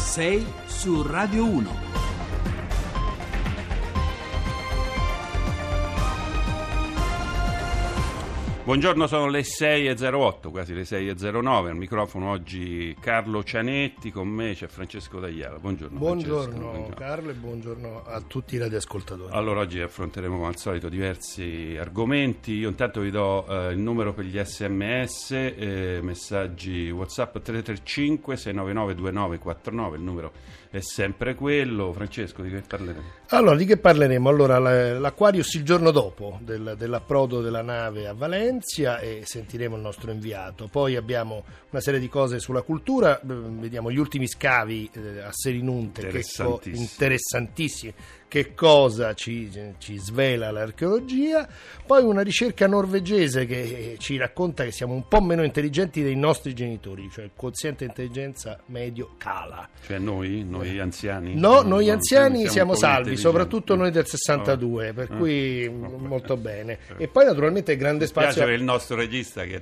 6 su Radio 1. Buongiorno, sono le 6.08, quasi le 6.09. Al microfono oggi Carlo Cianetti, con me c'è Francesco D'Aiala. Buongiorno. Buongiorno Carlo e buongiorno a tutti i radioascoltatori. Allora, oggi affronteremo come al solito diversi argomenti. Io intanto vi do il numero per gli sms, messaggi WhatsApp 335 699 2949, il numero è sempre quello. Francesco, di che parleremo? Allora, di che parleremo? Allora, l'Aquarius il giorno dopo dell'approdo della nave a Valencia, e sentiremo il nostro inviato. Poi abbiamo una serie di cose sulla cultura, vediamo gli ultimi scavi a Selinunte, interessantissimi. Che cosa ci svela l'archeologia. Poi una ricerca norvegese che ci racconta che siamo un po' meno intelligenti dei nostri genitori, cioè il quoziente intelligenza medio cala. Cioè noi anziani? No, noi anziani siamo salvi, soprattutto noi del 62, per cui molto bene. E poi naturalmente grande spazio. Mi piace il nostro regista che è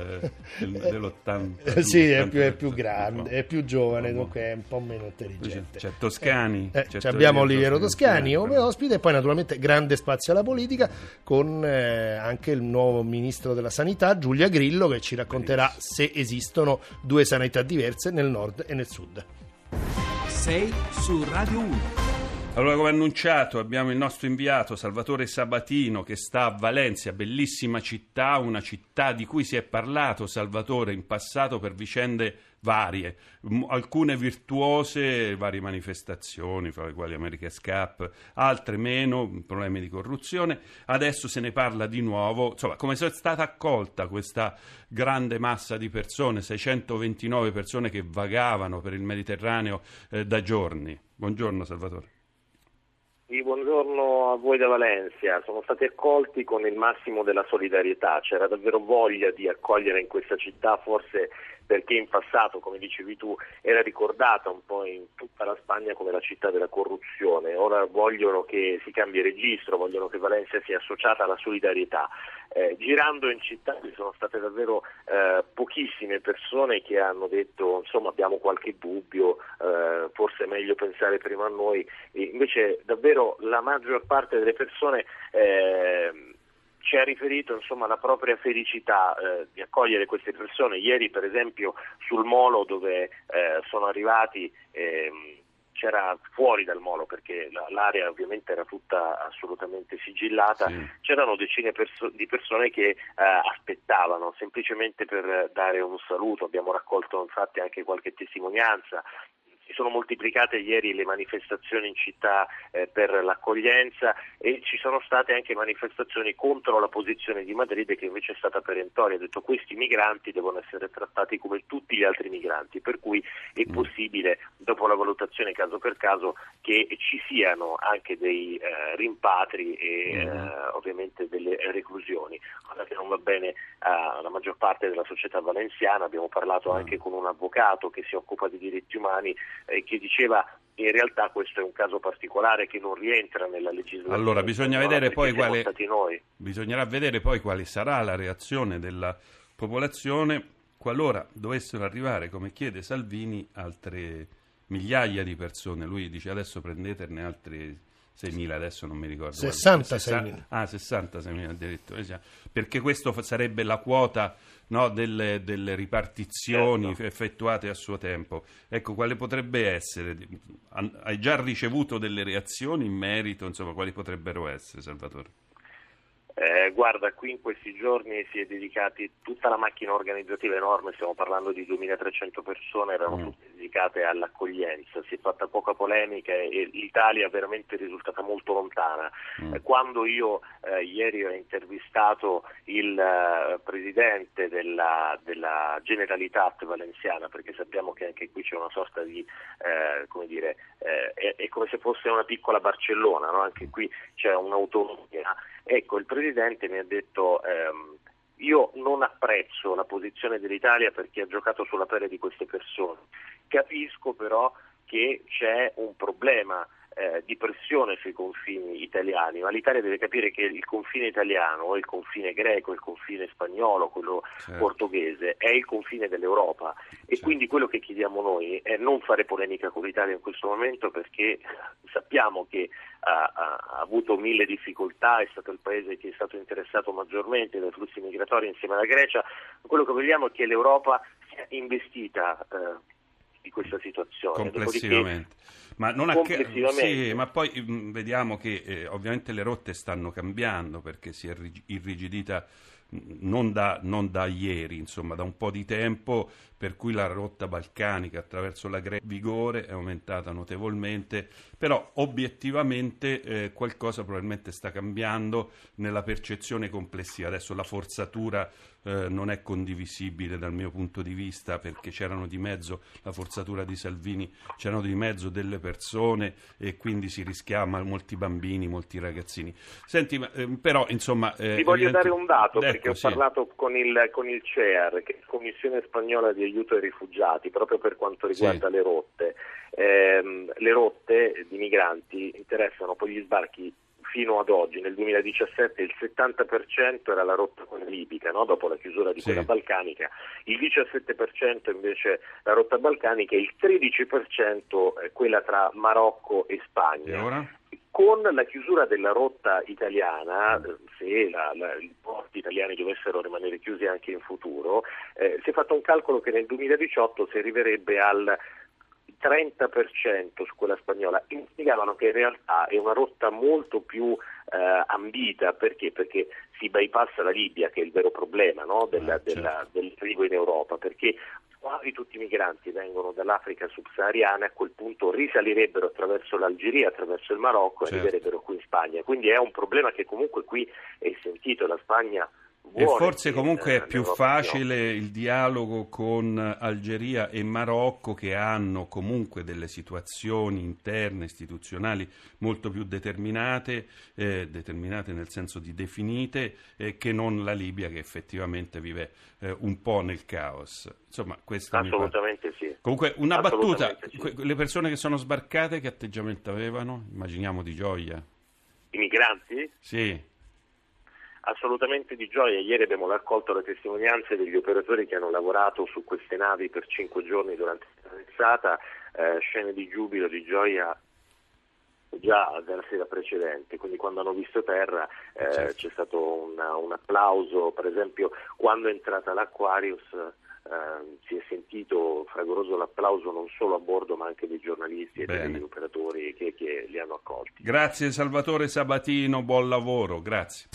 dell'80. Sì, è più grande, è più giovane, dunque è un po' meno intelligente. C'è Toscani. Abbiamo Oliviero Toscani come ospite, e poi naturalmente grande spazio alla politica con anche il nuovo ministro della sanità Giulia Grillo, che ci racconterà se esistono due sanità diverse nel nord e nel sud. 6 su Radio 1. Allora, come annunciato, abbiamo il nostro inviato Salvatore Sabatino, che sta a Valencia, bellissima città, una città di cui si è parlato, Salvatore, in passato per vicende varie, alcune virtuose, varie manifestazioni, fra le quali America's Cup, altre meno, problemi di corruzione. Adesso se ne parla di nuovo. Insomma, come è stata accolta questa grande massa di persone, 629 persone che vagavano per il Mediterraneo da giorni? Buongiorno Salvatore. Sì, buongiorno a voi da Valencia. Sono stati accolti con il massimo della solidarietà, c'era davvero voglia di accogliere in questa città, forse perché in passato, come dicevi tu, era ricordata un po' in tutta la Spagna come la città della corruzione. Ora vogliono che si cambi registro, vogliono che Valencia sia associata alla solidarietà. Girando in città ci sono state davvero pochissime persone che hanno detto insomma abbiamo qualche dubbio, forse è meglio pensare prima a noi. E invece davvero la maggior parte delle persone ci ha riferito insomma la propria felicità di accogliere queste persone. Ieri per esempio sul molo dove sono arrivati, c'era fuori dal molo, perché l'area ovviamente era tutta assolutamente sigillata, sì. C'erano decine di persone che aspettavano semplicemente per dare un saluto. Abbiamo raccolto infatti anche qualche testimonianza. Si sono moltiplicate ieri le manifestazioni in città per l'accoglienza, e ci sono state anche manifestazioni contro la posizione di Madrid, che invece è stata perentoria. Ha detto questi migranti devono essere trattati come tutti gli altri migranti, per cui è possibile, dopo la valutazione caso per caso, che ci siano anche dei rimpatri e ovviamente delle reclusioni, cosa che non va bene alla maggior parte della società valenziana. Abbiamo parlato anche con un avvocato che si occupa di diritti umani, che diceva in realtà questo è un caso particolare che non rientra nella legislazione. Allora bisogna vedere poi bisognerà vedere poi quale sarà la reazione della popolazione qualora dovessero arrivare, come chiede Salvini, altre migliaia di persone. Lui dice adesso prendetene altri 6.000, adesso non mi ricordo. 66.000. 66.000 addirittura. Perché questo sarebbe la quota, no, delle ripartizioni effettuate a suo tempo. Ecco, quale potrebbe essere? Hai già ricevuto delle reazioni in merito? Insomma, quali potrebbero essere, Salvatore? Guarda, qui in questi giorni si è dedicati tutta la macchina organizzativa enorme, stiamo parlando di 2.300 persone, erano tutte dedicate all'accoglienza. Si è fatta poca polemica e l'Italia è veramente risultata molto lontana. Quando io ieri ho intervistato il presidente della Generalitat Valenciana, perché sappiamo che anche qui c'è una sorta di è come se fosse una piccola Barcellona, no? Anche qui c'è un'autonomia. Ecco, il Presidente mi ha detto io non apprezzo la posizione dell'Italia perché ha giocato sulla pelle di queste persone. Capisco però che c'è un problema di pressione sui confini italiani, ma l'Italia deve capire che il confine italiano, il confine greco, il confine spagnolo, quello portoghese, è il confine dell'Europa e quindi quello che chiediamo noi è non fare polemica con l'Italia in questo momento, perché sappiamo che ha avuto 1000 difficoltà, è stato il paese che è stato interessato maggiormente dai flussi migratori insieme alla Grecia. Quello che vogliamo è che l'Europa sia investita di questa situazione complessivamente. Ma non sì, ma poi vediamo che ovviamente le rotte stanno cambiando, perché si è irrigidita non da ieri, insomma, da un po' di tempo, per cui la rotta balcanica attraverso la Grecia vigore è aumentata notevolmente, però obiettivamente qualcosa probabilmente sta cambiando nella percezione complessiva. Adesso la forzatura non è condivisibile dal mio punto di vista, perché c'erano di mezzo la forzatura di Salvini, c'erano di mezzo delle persone e quindi si rischiava molti bambini, molti ragazzini. Senti, però insomma... Ti voglio dare un dato, perché ho parlato con il CEAR, che è la Commissione Spagnola di Aiuto ai Rifugiati, proprio per quanto riguarda le rotte. Le rotte di migranti interessano poi gli sbarchi. Fino ad oggi, nel 2017, il 70% era la rotta libica, no? Dopo la chiusura di quella balcanica, il 17% invece la rotta balcanica e il 13% quella tra Marocco e Spagna. E ora? Con la chiusura della rotta italiana, se i porti italiani dovessero rimanere chiusi anche in futuro, si è fatto un calcolo che nel 2018 si arriverebbe al 30% su quella spagnola. Spiegavano che in realtà è una rotta molto più ambita. Perché? Perché si bypassa la Libia, che è il vero problema, no? dell'arrivo in Europa, perché quasi tutti i migranti vengono dall'Africa subsahariana, a quel punto risalirebbero attraverso l'Algeria, attraverso il Marocco e arriverebbero qui in Spagna. Quindi è un problema che comunque qui è sentito. La Spagna e forse comunque è più facile il dialogo con Algeria e Marocco, che hanno comunque delle situazioni interne, istituzionali molto più determinate nel senso di definite, che non la Libia, che effettivamente vive un po' nel caos. Insomma, questo assolutamente sì. Comunque una battuta, le persone che sono sbarcate che atteggiamento avevano? Immaginiamo di gioia. I migranti? Sì. Assolutamente di gioia. Ieri abbiamo raccolto le testimonianze degli operatori che hanno lavorato su queste navi per 5 giorni durante la traversata, scene di giubilo, di gioia già dalla sera precedente. Quindi quando hanno visto terra c'è stato un applauso. Per esempio, quando è entrata l'Aquarius si è sentito fragoroso l'applauso non solo a bordo ma anche dei giornalisti e degli operatori che li hanno accolti. Grazie Salvatore Sabatino, buon lavoro, grazie.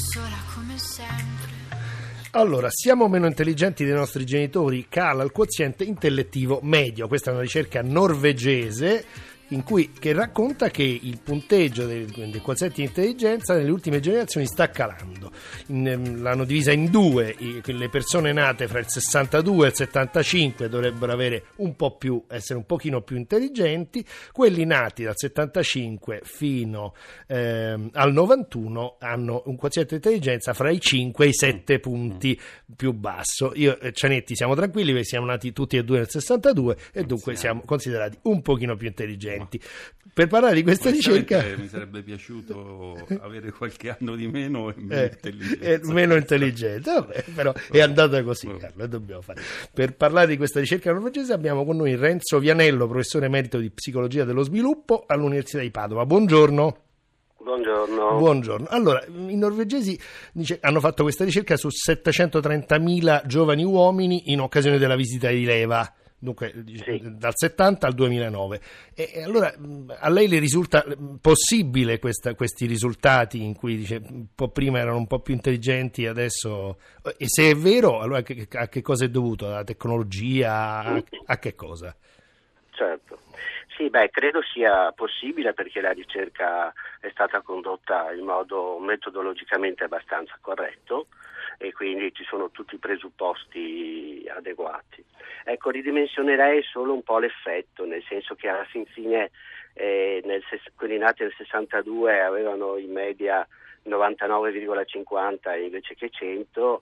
Allora, siamo meno intelligenti dei nostri genitori, cala il quoziente intellettivo medio. Questa è una ricerca norvegese che racconta che il punteggio del quoziente di intelligenza nelle ultime generazioni sta calando. L'hanno divisa in due: le persone nate fra il 62 e il 75 dovrebbero essere un pochino più intelligenti, quelli nati dal 75 fino al 91 hanno un quoziente di intelligenza fra i 5 e i 7 punti più basso. Io e Cianetti siamo tranquilli perché siamo nati tutti e due nel 62 e dunque siamo considerati un pochino più intelligenti. Per parlare di questa ricerca mi sarebbe piaciuto avere qualche anno di meno e meno intelligente. Vabbè, però è andata così, Carlo, dobbiamo fare. Per parlare di questa ricerca norvegese abbiamo con noi Renzo Vianello, professore emerito di psicologia dello sviluppo all'Università di Padova. Buongiorno. Buongiorno. Allora, i norvegesi hanno fatto questa ricerca su 730.000 giovani uomini in occasione della visita di leva. Dunque, dal 70 al 2009. E allora a lei le risulta possibile questi risultati in cui dice un po' prima erano un po' più intelligenti, adesso, e se è vero, allora a che cosa è dovuto? Alla tecnologia? A che cosa? Certo. Sì, credo sia possibile perché la ricerca è stata condotta in modo metodologicamente abbastanza corretto e quindi ci sono tutti i presupposti adeguati. Ecco, ridimensionerei solo un po' l'effetto, nel senso che alla fin fine quelli nati nel 62 avevano in media 99,50 invece che 100,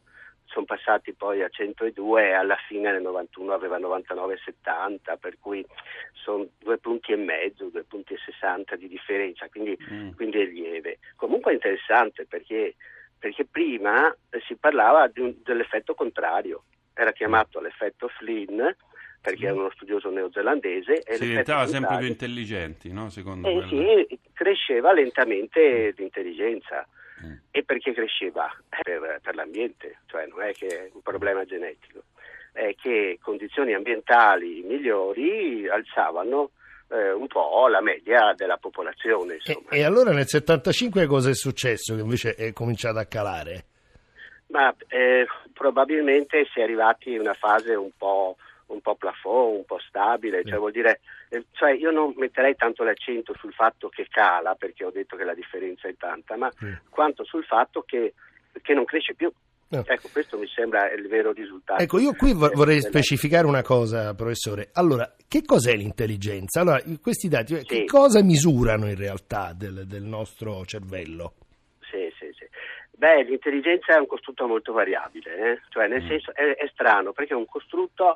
sono passati poi a 102 e alla fine nel 91 aveva 99,70, per cui sono 2,5 punti, 2,60 di differenza, quindi è lieve. Comunque è interessante perché prima si parlava dell'effetto contrario, era chiamato l'effetto Flynn, perché è uno studioso neozelandese. Si diventava sempre più intelligenti, no? Secondo sì, cresceva lentamente l'intelligenza. E perché cresceva? Per l'ambiente, cioè non è che è un problema genetico, è che condizioni ambientali migliori alzavano un po' la media della popolazione. E allora nel 75 cosa è successo che invece è cominciato a calare? Ma probabilmente si è arrivati in una fase un po' plafond, un po' stabile, cioè vuol dire, cioè io non metterei tanto l'accento sul fatto che cala, perché ho detto che la differenza è tanta, ma quanto sul fatto che non cresce più. No. Ecco, questo mi sembra il vero risultato. Ecco, io qui vorrei specificare una cosa, professore. Allora, che cos'è l'intelligenza? Allora, questi dati, che cosa misurano in realtà del nostro cervello? Sì. Beh, l'intelligenza è un costrutto molto variabile, cioè nel senso è strano, perché è un costrutto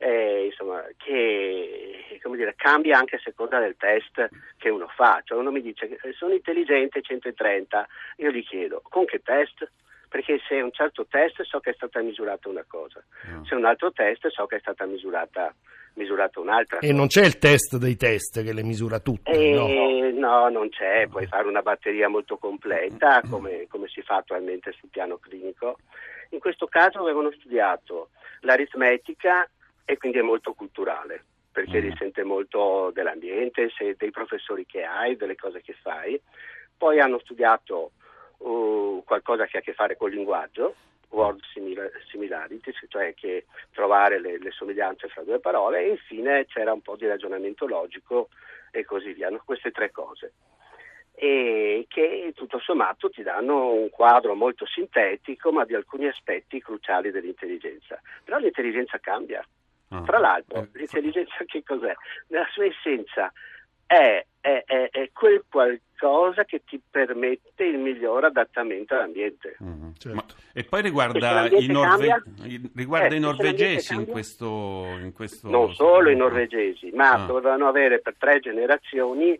che come dire, cambia anche a seconda del test che uno fa. Cioè uno mi dice sono intelligente 130, io gli chiedo con che test? Perché se un certo test so che è stata misurata una cosa, se un altro test so che è stata misurata un'altra cosa. E non c'è il test dei test che le misura tutte? No, non c'è, puoi fare una batteria molto completa come si fa attualmente sul piano clinico. In questo caso avevano studiato l'aritmetica e quindi è molto culturale, perché risente molto dell'ambiente, dei professori che hai, delle cose che fai. Poi hanno studiato qualcosa che ha a che fare col linguaggio, word similarities, cioè che trovare le somiglianze fra due parole, e infine c'era un po' di ragionamento logico e così via. Queste tre cose, e che tutto sommato ti danno un quadro molto sintetico ma di alcuni aspetti cruciali dell'intelligenza. Però l'intelligenza cambia. Tra l'altro, l'intelligenza che cos'è? Nella sua essenza è quel qualcosa che ti permette il miglior adattamento all'ambiente. Certo. E poi riguarda i norvegesi in questo... Non solo i norvegesi, ma dovevano avere per 3 generazioni,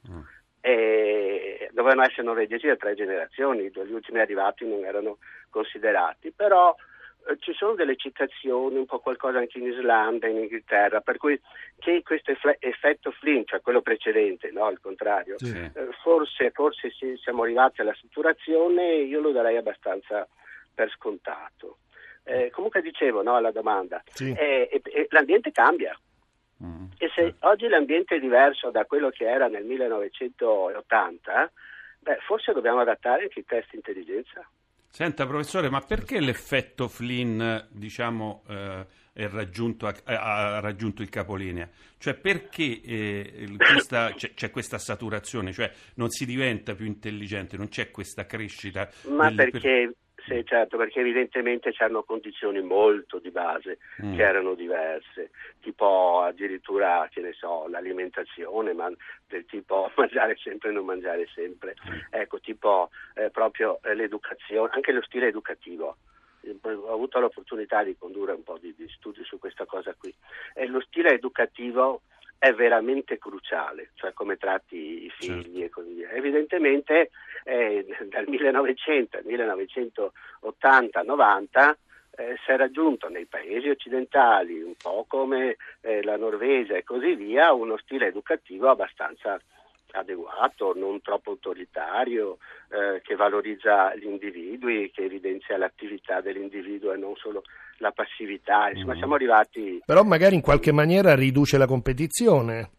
dovevano essere norvegesi da 3 generazioni, gli ultimi arrivati non erano considerati, però ci sono delle citazioni, un po' qualcosa anche in Islanda, in Inghilterra, per cui che questo effetto Flynn, cioè quello precedente, no, al contrario, forse siamo arrivati alla saturazione, io lo darei abbastanza per scontato. Comunque dicevo, no, alla domanda, l'ambiente cambia. E se oggi l'ambiente è diverso da quello che era nel 1980, forse dobbiamo adattare anche i test intelligenza. Senta, professore, ma perché l'effetto Flynn, diciamo, ha raggiunto il capolinea? Cioè, perché c'è questa saturazione? Cioè, non si diventa più intelligente, non c'è questa crescita? Ma perché evidentemente c'erano condizioni molto di base che erano diverse, tipo addirittura, che ne so, l'alimentazione, ma del tipo mangiare sempre e non mangiare sempre, ecco, tipo proprio l'educazione, anche lo stile educativo. Ho avuto l'opportunità di condurre un po' di studi su questa cosa qui, e lo stile educativo è veramente cruciale, cioè come tratti i figli e così via. Evidentemente dal 1900 al 1980-90 si è raggiunto nei paesi occidentali, un po' come la Norvegia e così via, uno stile educativo abbastanza adeguato, non troppo autoritario, che valorizza gli individui, che evidenzia l'attività dell'individuo e non solo la passività. Insomma, siamo arrivati... Però magari in qualche maniera riduce la competizione.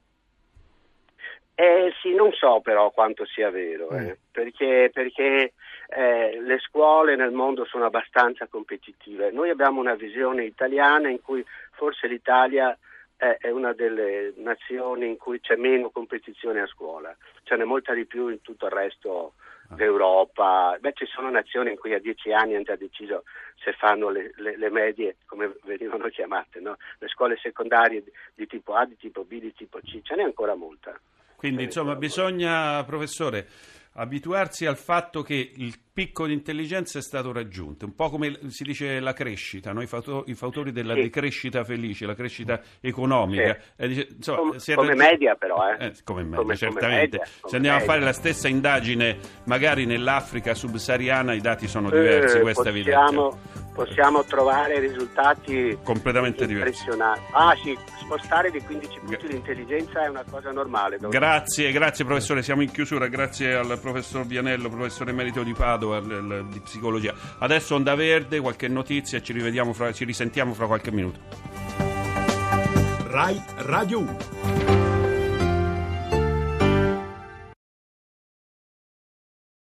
Sì, non so però quanto sia vero, perché le scuole nel mondo sono abbastanza competitive. Noi abbiamo una visione italiana in cui forse l'Italia è una delle nazioni in cui c'è meno competizione a scuola, ce n'è molta di più in tutto il resto d'Europa. Ci sono nazioni in cui a 10 anni hanno già deciso se fanno le medie, come venivano chiamate, no? Le scuole secondarie di tipo A, di tipo B, di tipo C, ce n'è ancora molta. Quindi insomma bisogna, professore, abituarsi al fatto che il picco di intelligenza è stato raggiunto, un po' come si dice la crescita, no? I fautori della decrescita felice, la crescita economica. Insomma, come media però. Come media, certamente. Se andiamo a fare la stessa indagine magari nell'Africa subsahariana i dati sono diversi, questo è evidente. Possiamo trovare risultati completamente diversi. Spostare di 15 punti l'intelligenza è una cosa normale. Grazie professore, siamo in chiusura, grazie al professor Vianello, professore emerito di Padova di psicologia. Adesso Onda Verde, qualche notizia e ci risentiamo fra qualche minuto. Rai Radio 1.